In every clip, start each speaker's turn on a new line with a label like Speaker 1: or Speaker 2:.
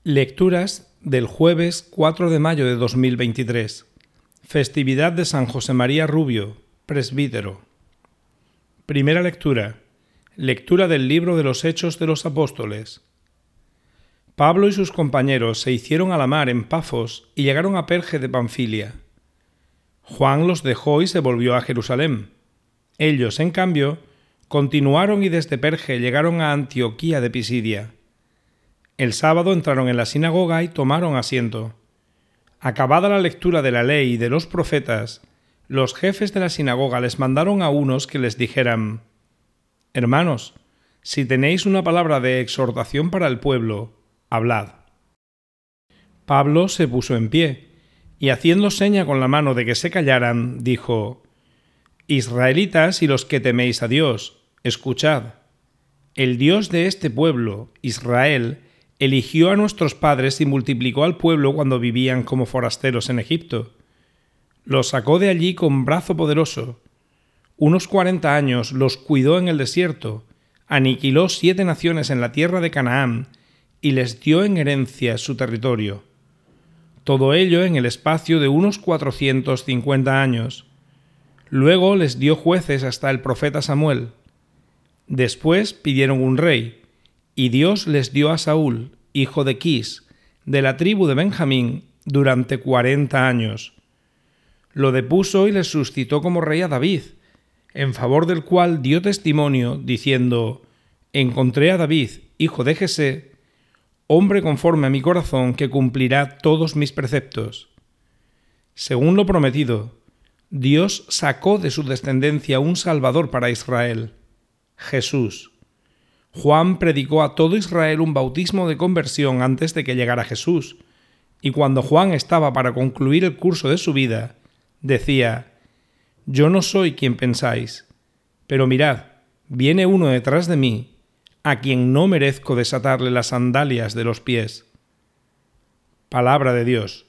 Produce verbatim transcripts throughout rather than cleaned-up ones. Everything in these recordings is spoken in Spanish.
Speaker 1: Lecturas del jueves cuatro de mayo de dos mil veintitrés. Festividad de San José María Rubio, presbítero. Primera lectura. Lectura del libro de los Hechos de los Apóstoles. Pablo y sus compañeros se hicieron a la mar en Pafos y llegaron a Perge de Panfilia. Juan los dejó y se volvió a Jerusalén. Ellos, en cambio, continuaron y desde Perge llegaron a Antioquía de Pisidia. El sábado entraron en la sinagoga y tomaron asiento. Acabada la lectura de la ley y de los profetas, los jefes de la sinagoga les mandaron a unos que les dijeran: «Hermanos, si tenéis una palabra de exhortación para el pueblo, hablad». Pablo se puso en pie y, haciendo seña con la mano de que se callaran, dijo: «Israelitas y los que teméis a Dios, escuchad. El Dios de este pueblo, Israel, eligió a nuestros padres y multiplicó al pueblo cuando vivían como forasteros en Egipto. Los sacó de allí con brazo poderoso. Unos cuarenta años los cuidó en el desierto, aniquiló siete naciones en la tierra de Canaán y les dio en herencia su territorio. Todo ello en el espacio de unos cuatrocientos cincuenta años. Luego les dio jueces hasta el profeta Samuel. Después pidieron un rey, y Dios les dio a Saúl, hijo de Quis, de la tribu de Benjamín, durante cuarenta años. Lo depuso y les suscitó como rey a David, en favor del cual dio testimonio, diciendo: «Encontré a David, hijo de Jesé, hombre conforme a mi corazón, que cumplirá todos mis preceptos». Según lo prometido, Dios sacó de su descendencia un Salvador para Israel, Jesús. Juan predicó a todo Israel un bautismo de conversión antes de que llegara Jesús, y cuando Juan estaba para concluir el curso de su vida, decía: «Yo no soy quien pensáis, pero mirad, viene uno detrás de mí, a quien no merezco desatarle las sandalias de los pies». Palabra de Dios.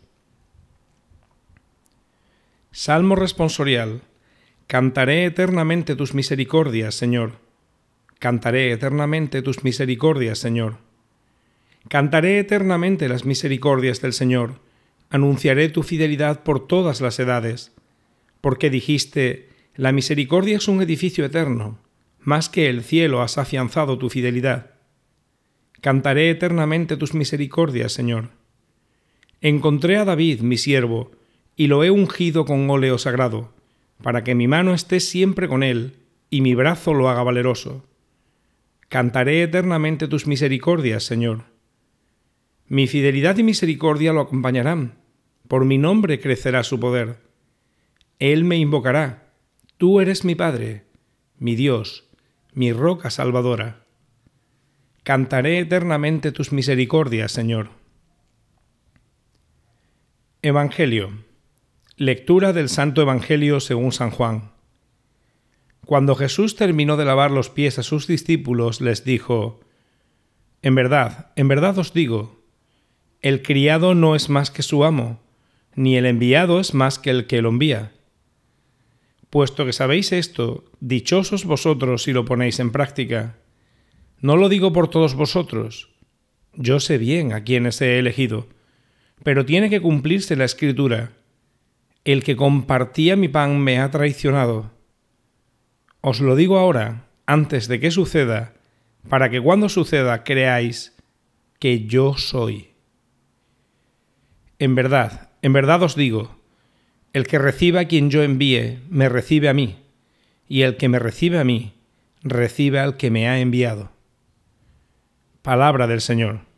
Speaker 1: Salmo responsorial. Cantaré eternamente tus misericordias, Señor. Cantaré eternamente tus misericordias, Señor. Cantaré eternamente las misericordias del Señor. Anunciaré tu fidelidad por todas las edades. Porque dijiste: «La misericordia es un edificio eterno. Más que el cielo has afianzado tu fidelidad». Cantaré eternamente tus misericordias, Señor. Encontré a David, mi siervo, y lo he ungido con óleo sagrado, para que mi mano esté siempre con él, y mi brazo lo haga valeroso. Cantaré eternamente tus misericordias, Señor. Mi fidelidad y misericordia lo acompañarán. Por mi nombre crecerá su poder. Él me invocará. Tú eres mi Padre, mi Dios, mi roca salvadora. Cantaré eternamente tus misericordias, Señor. Evangelio. Lectura del Santo Evangelio según San Juan. Cuando Jesús terminó de lavar los pies a sus discípulos, les dijo: «En verdad, en verdad os digo, el criado no es más que su amo, ni el enviado es más que el que lo envía. Puesto que sabéis esto, dichosos vosotros si lo ponéis en práctica. No lo digo por todos vosotros. Yo sé bien a quienes he elegido, pero tiene que cumplirse la Escritura: el que compartía mi pan me ha traicionado. Os lo digo ahora, antes de que suceda, para que cuando suceda creáis que yo soy. En verdad, en verdad os digo, el que reciba a quien yo envíe, me recibe a mí, y el que me recibe a mí, recibe al que me ha enviado». Palabra del Señor.